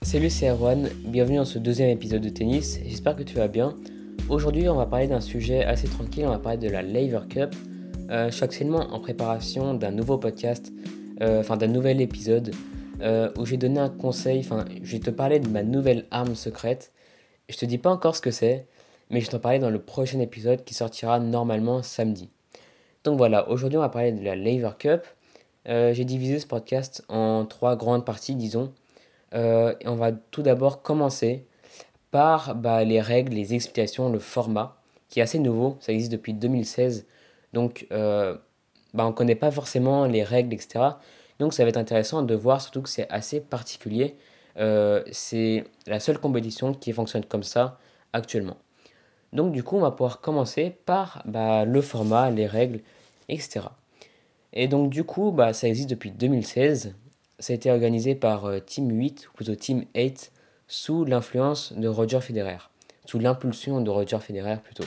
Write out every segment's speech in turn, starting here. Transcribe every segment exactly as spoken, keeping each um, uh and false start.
Salut, c'est Erwan, bienvenue dans ce deuxième épisode de tennis, j'espère que tu vas bien. Aujourd'hui on va parler d'un sujet assez tranquille, on va parler de la Laver Cup. Euh, je suis actuellement en préparation d'un nouveau podcast, euh, enfin d'un nouvel épisode, euh, où j'ai donné un conseil, enfin je vais te parler de ma nouvelle arme secrète. Je te dis pas encore ce que c'est, mais je vais t'en parler dans le prochain épisode qui sortira normalement samedi. Donc voilà, aujourd'hui on va parler de la Laver Cup. Euh, j'ai divisé ce podcast en trois grandes parties, disons. Euh, et on va tout d'abord commencer par bah, les règles, les explications, le format, qui est assez nouveau, ça existe depuis deux mille seize, donc euh, bah, on ne connaît pas forcément les règles, et cetera. Donc ça va être intéressant de voir, surtout que c'est assez particulier. Euh, c'est la seule compétition qui fonctionne comme ça actuellement. Donc du coup, on va pouvoir commencer par bah, le format, les règles, et cetera. Et donc du coup, bah, ça existe depuis deux mille seize. Ça a été organisé par euh, Team huit, ou plutôt Team huit, sous l'influence de Roger Federer. Sous l'impulsion de Roger Federer plutôt.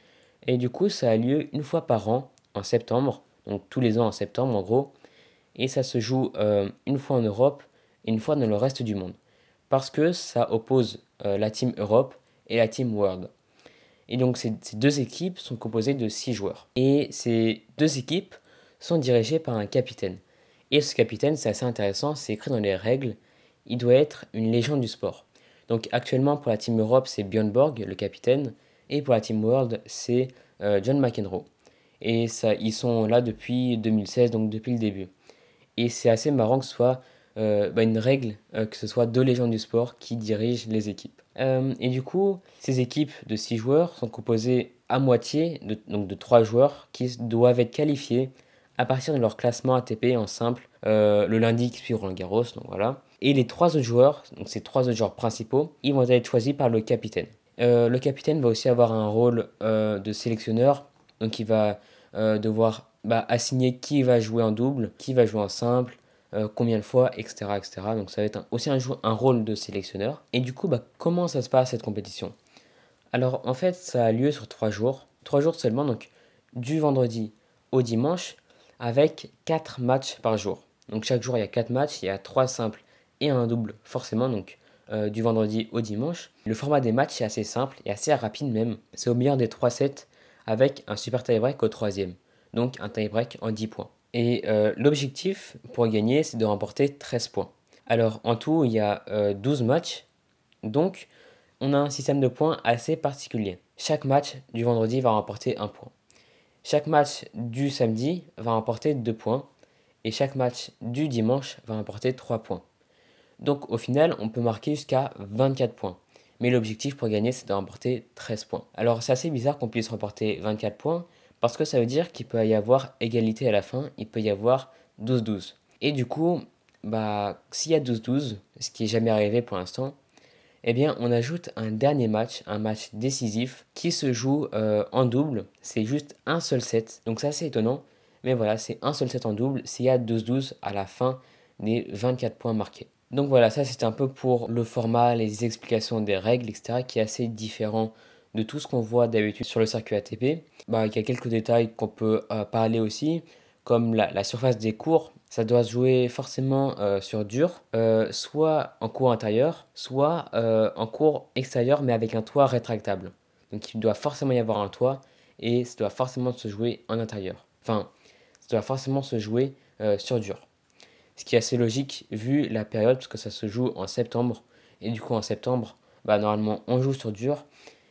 Et du coup, ça a lieu une fois par an, en septembre. Donc tous les ans en septembre en gros. Et ça se joue euh, une fois en Europe et une fois dans le reste du monde. Parce que ça oppose euh, la Team Europe et la Team World. Et donc ces, ces deux équipes sont composées de six joueurs. Et ces deux équipes sont dirigées par un capitaine. Et ce capitaine, c'est assez intéressant, c'est écrit dans les règles, il doit être une légende du sport. Donc actuellement pour la Team Europe, c'est Björn Borg, le capitaine, et pour la Team World, c'est euh, John McEnroe. Et ça, ils sont là depuis deux mille seize, donc depuis le début. Et c'est assez marrant que ce soit euh, bah, une règle, euh, que ce soit deux légendes du sport qui dirigent les équipes. Euh, et du coup, ces équipes de six joueurs sont composées à moitié, de, donc de trois joueurs, qui doivent être qualifiés à partir de leur classement A T P en simple euh, le lundi qui suit Roland Garros. Donc voilà. Et les trois autres joueurs, donc ces trois autres joueurs principaux, ils vont être choisis par le capitaine. Euh, le capitaine va aussi avoir un rôle euh, de sélectionneur, donc il va euh, devoir bah, assigner qui va jouer en double, qui va jouer en simple, euh, combien de fois, et cetera, et cetera. Donc ça va être un- aussi un, jou- un rôle de sélectionneur. Et du coup, bah, comment ça se passe cette compétition? Alors en fait, ça a lieu sur trois jours, trois jours seulement, donc du vendredi au dimanche, avec quatre matchs par jour. Donc chaque jour, il y a quatre matchs, il y a trois simples et un double, forcément, donc euh, du vendredi au dimanche. Le format des matchs est assez simple et assez rapide même. C'est au meilleur des trois sets avec un super tie-break au troisième. Donc un tie-break en dix points. Et euh, l'objectif pour gagner, c'est de remporter treize points. Alors en tout, il y a euh, douze matchs. Donc on a un système de points assez particulier. Chaque match du vendredi va remporter un point. Chaque match du samedi va remporter deux points. Et chaque match du dimanche va remporter trois points. Donc au final, on peut marquer jusqu'à vingt-quatre points. Mais l'objectif pour gagner, c'est de remporter treize points. Alors c'est assez bizarre qu'on puisse remporter vingt-quatre points, parce que ça veut dire qu'il peut y avoir égalité à la fin, il peut y avoir douze douze. Et du coup, bah, s'il y a douze douze, ce qui n'est jamais arrivé pour l'instant, eh bien on ajoute un dernier match, un match décisif, qui se joue euh, en double. C'est juste un seul set, donc c'est assez étonnant. Mais voilà, c'est un seul set en double, s'il y a douze douze à la fin des vingt-quatre points marqués. Donc voilà, ça c'était un peu pour le format, les explications des règles, et cetera, qui est assez différent de tout ce qu'on voit d'habitude sur le circuit A T P. Bah, il y a quelques détails qu'on peut euh, parler aussi, comme la, la surface des cours. Ça doit se jouer forcément euh, sur dur, euh, soit en cours intérieur, soit euh, en cours extérieur, mais avec un toit rétractable. Donc il doit forcément y avoir un toit, et ça doit forcément se jouer en intérieur. Enfin, ça doit forcément se jouer euh, sur dur. Ce qui est assez logique vu la période, parce que ça se joue en septembre. Et du coup, en septembre, bah, normalement, on joue sur dur.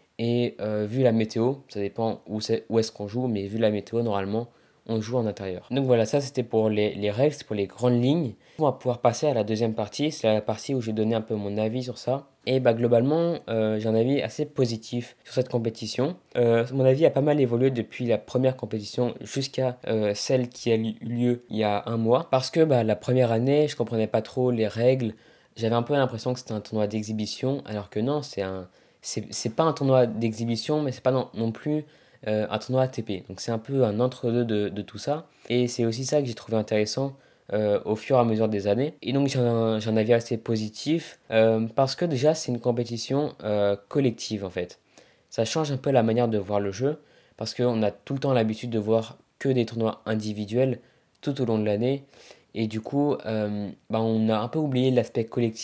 Et euh, vu la météo, ça dépend où, c'est, où est-ce qu'on joue, mais vu la météo, normalement, on joue en intérieur. Donc voilà, ça c'était pour les, les règles, c'est pour les grandes lignes. On va pouvoir passer à la deuxième partie, c'est la partie où j'ai donné un peu mon avis sur ça. Et bah globalement, euh, j'ai un avis assez positif sur cette compétition. Euh, mon avis a pas mal évolué depuis la première compétition jusqu'à euh, celle qui a eu lieu il y a un mois. Parce que bah, la première année, je comprenais pas trop les règles. J'avais un peu l'impression que c'était un tournoi d'exhibition, alors que non, c'est un, c'est, c'est pas un tournoi d'exhibition, mais c'est pas non, non plus euh, un tournoi A T P. Donc c'est un peu un entre-deux de, de tout ça. Et c'est aussi ça que j'ai trouvé intéressant euh, au fur et à mesure des années. Et donc j'ai un, j'ai un avis assez positif euh, parce que déjà c'est une compétition euh, collective en fait. Ça change un peu la manière de voir le jeu parce qu'on a tout le temps l'habitude de voir que des tournois individuels tout au long de l'année. Et du coup, euh, bah, on a un peu oublié l'aspect collectif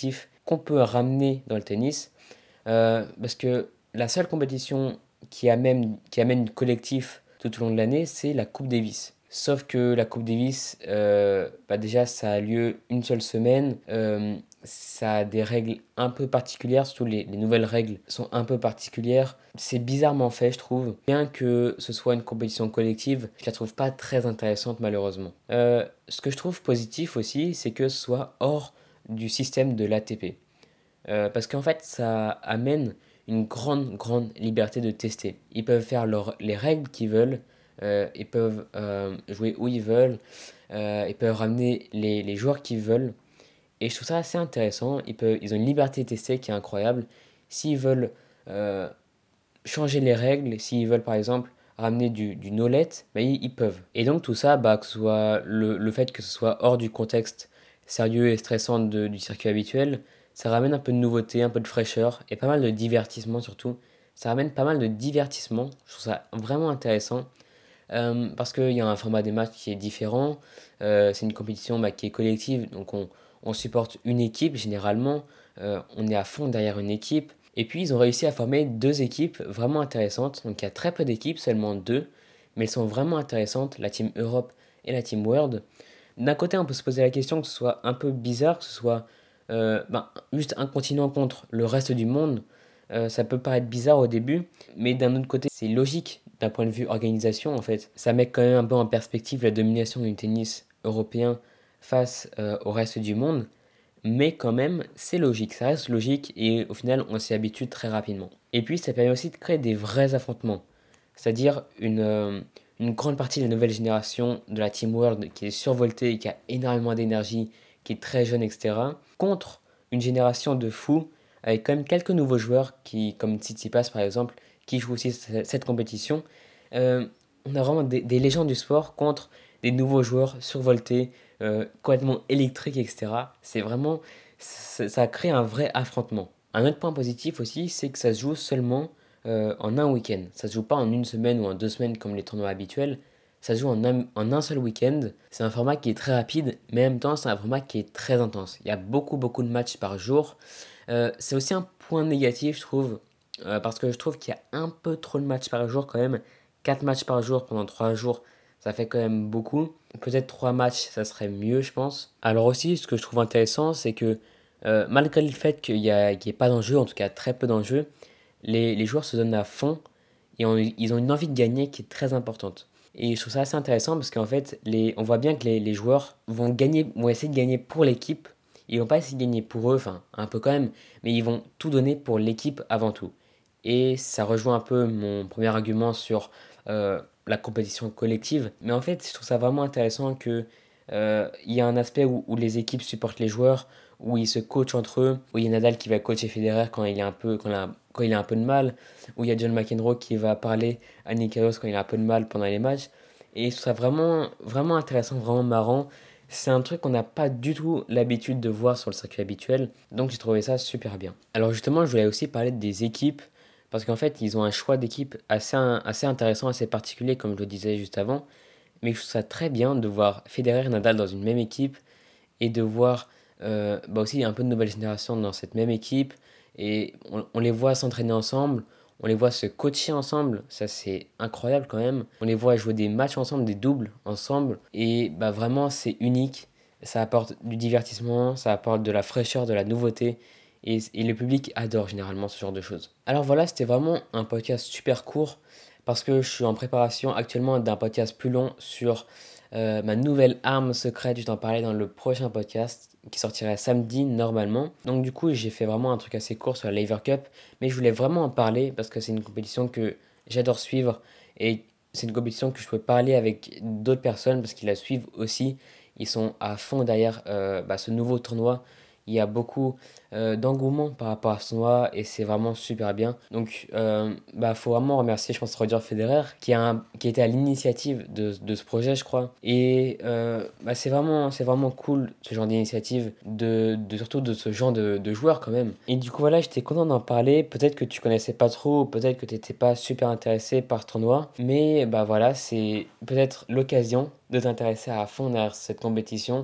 qu'on peut ramener dans le tennis. Euh, parce que la seule compétition qui amène, qui amène le collectif tout au long de l'année, c'est la Coupe Davis. Sauf que la Coupe Davis, euh, bah déjà, ça a lieu une seule semaine. Euh, ça a des règles un peu particulières, surtout les, les nouvelles règles sont un peu particulières. C'est bizarrement fait, je trouve. Bien que ce soit une compétition collective, je la trouve pas très intéressante, malheureusement. Euh, ce que je trouve positif aussi, c'est que ce soit hors du système de l'A T P. Euh, parce qu'en fait, ça amène une grande, grande liberté de tester. Ils peuvent faire leur, les règles qu'ils veulent, euh, ils peuvent euh, jouer où ils veulent, euh, ils peuvent ramener les, les joueurs qu'ils veulent. Et je trouve ça assez intéressant. Ils, peuvent, ils ont une liberté de tester qui est incroyable. S'ils veulent euh, changer les règles, s'ils veulent par exemple ramener du, du no-let, bah, ils, ils peuvent. Et donc tout ça, bah, que ce soit le, le fait que ce soit hors du contexte sérieux et stressant de- du circuit habituel, ça ramène un peu de nouveauté, un peu de fraîcheur et pas mal de divertissement surtout. Ça ramène pas mal de divertissement. Je trouve ça vraiment intéressant. Euh, parce qu'il y a un format des matchs qui est différent. Euh, c'est une compétition bah, qui est collective, donc on, on supporte une équipe généralement. Euh, on est à fond derrière une équipe. Et puis ils ont réussi à former deux équipes vraiment intéressantes. Donc il y a très peu d'équipes, seulement deux, mais elles sont vraiment intéressantes, la Team Europe et la Team World. D'un côté, on peut se poser la question que ce soit un peu bizarre, que ce soit euh, ben, juste un continent contre le reste du monde. Euh, ça peut paraître bizarre au début, mais d'un autre côté, c'est logique d'un point de vue organisation en fait. Ça met quand même un peu en perspective la domination du tennis européen face euh, au reste du monde, mais quand même, c'est logique, ça reste logique et au final, on s'y habitue très rapidement. Et puis, ça permet aussi de créer des vrais affrontements, c'est-à-dire une, euh, une grande partie de la nouvelle génération de la Team World qui est survoltée, qui a énormément d'énergie, qui est très jeune, et cetera, contre une génération de fous avec quand même quelques nouveaux joueurs qui, comme Tsitsipas par exemple, qui jouent aussi cette cette compétition. Euh, on a vraiment des, des légendes du sport contre des nouveaux joueurs survoltés, euh, complètement électriques, et cetera. C'est vraiment, ça, ça crée un vrai affrontement. Un autre point positif aussi, c'est que ça se joue seulement euh, en un week-end. Ça se joue pas en une semaine ou en deux semaines comme les tournois habituels. Ça se joue en un, en un seul week-end. C'est un format qui est très rapide, mais en même temps, c'est un format qui est très intense. Il y a beaucoup, beaucoup de matchs par jour. Euh, c'est aussi un point négatif, je trouve, euh, parce que je trouve qu'il y a un peu trop de matchs par jour quand même. Quatre matchs par jour pendant trois jours, ça fait quand même beaucoup. Peut-être trois matchs, ça serait mieux, je pense. Alors aussi, ce que je trouve intéressant, c'est que euh, malgré le fait qu'il n'y ait pas d'enjeu, en tout cas très peu d'enjeux, les, les joueurs se donnent à fond et ont- ils ont une envie de gagner qui est très importante. Et je trouve ça assez intéressant parce qu'en fait, les, on voit bien que les, les joueurs vont gagner, vont essayer de gagner pour l'équipe. Ils vont pas essayer de gagner pour eux, enfin un peu quand même, mais ils vont tout donner pour l'équipe avant tout. Et ça rejoint un peu mon premier argument sur euh, la compétition collective. Mais en fait, je trouve ça vraiment intéressant que euh, il y a un aspect où, où les équipes supportent les joueurs, où ils se coachent entre eux, où il y a Nadal qui va coacher Federer quand il est un peu, quand il a, quand il a un peu de mal, où il y a John McEnroe qui va parler à Nick Kyrgios quand il a un peu de mal pendant les matchs. Et je trouve ça vraiment, vraiment intéressant, vraiment marrant. C'est un truc qu'on n'a pas du tout l'habitude de voir sur le circuit habituel, donc j'ai trouvé ça super bien. Alors justement, je voulais aussi parler des équipes, parce qu'en fait, ils ont un choix d'équipe assez, assez intéressant, assez particulier, comme je le disais juste avant, mais je trouve ça très bien de voir Federer et Nadal dans une même équipe, et de voir euh, bah aussi un peu de nouvelle génération dans cette même équipe. Et on, on les voit s'entraîner ensemble, on les voit se coacher ensemble, ça c'est incroyable quand même. On les voit jouer des matchs ensemble, des doubles ensemble. Et bah vraiment c'est unique, ça apporte du divertissement, ça apporte de la fraîcheur, de la nouveauté. Et, et le public adore généralement ce genre de choses. Alors voilà, c'était vraiment un podcast super court parce que je suis en préparation actuellement d'un podcast plus long sur euh, ma nouvelle arme secrète. Je t'en parlais dans le prochain podcast qui sortirait samedi normalement. Donc du coup, j'ai fait vraiment un truc assez court sur la Laver Cup, mais je voulais vraiment en parler parce que c'est une compétition que j'adore suivre et c'est une compétition que je peux parler avec d'autres personnes parce qu'ils la suivent aussi. Ils sont à fond derrière euh, bah, ce nouveau tournoi. Il y a beaucoup euh, d'engouement par rapport à ce tournoi et c'est vraiment super bien. Donc, euh, bah, faut vraiment remercier, je pense, Roger Federer qui a, un- qui a été à l'initiative de, de ce projet, je crois. Et euh, bah, c'est vraiment, c'est vraiment cool ce genre d'initiative, de, de, surtout de ce genre de, de joueurs quand même. Et du coup, voilà, j'étais content d'en parler. Peut-être que tu connaissais pas trop, ou peut-être que tu n'étais pas super intéressé par ce tournoi. Mais bah voilà, c'est peut-être l'occasion de t'intéresser à fond à cette compétition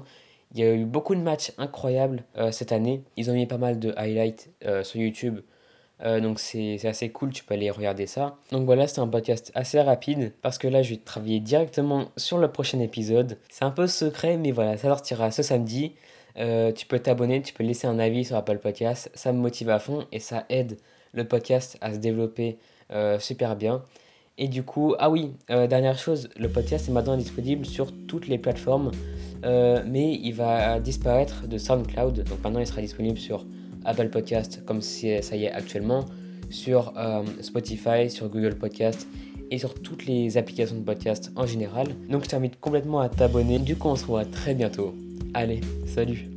Il y a eu beaucoup de matchs incroyables euh, cette année. Ils ont mis pas mal de highlights euh, sur YouTube. Euh, donc c'est c'est assez cool, tu peux aller regarder ça. Donc voilà, c'était un podcast assez rapide parce que là je vais travailler directement sur le prochain épisode. C'est un peu secret, mais voilà, ça sortira ce samedi. Euh, tu peux t'abonner, tu peux laisser un avis sur Apple Podcast. Ça me motive à fond et ça aide le podcast à se développer euh, super bien. Et du coup, ah oui, euh, dernière chose, le podcast est maintenant disponible sur toutes les plateformes, euh, mais il va disparaître de SoundCloud. Donc maintenant, il sera disponible sur Apple Podcast, comme c'est- ça y est actuellement, sur euh, Spotify, sur Google Podcast et sur toutes les applications de podcast en général. Donc je t'invite complètement à t'abonner. Du coup, on se revoit très bientôt. Allez, salut!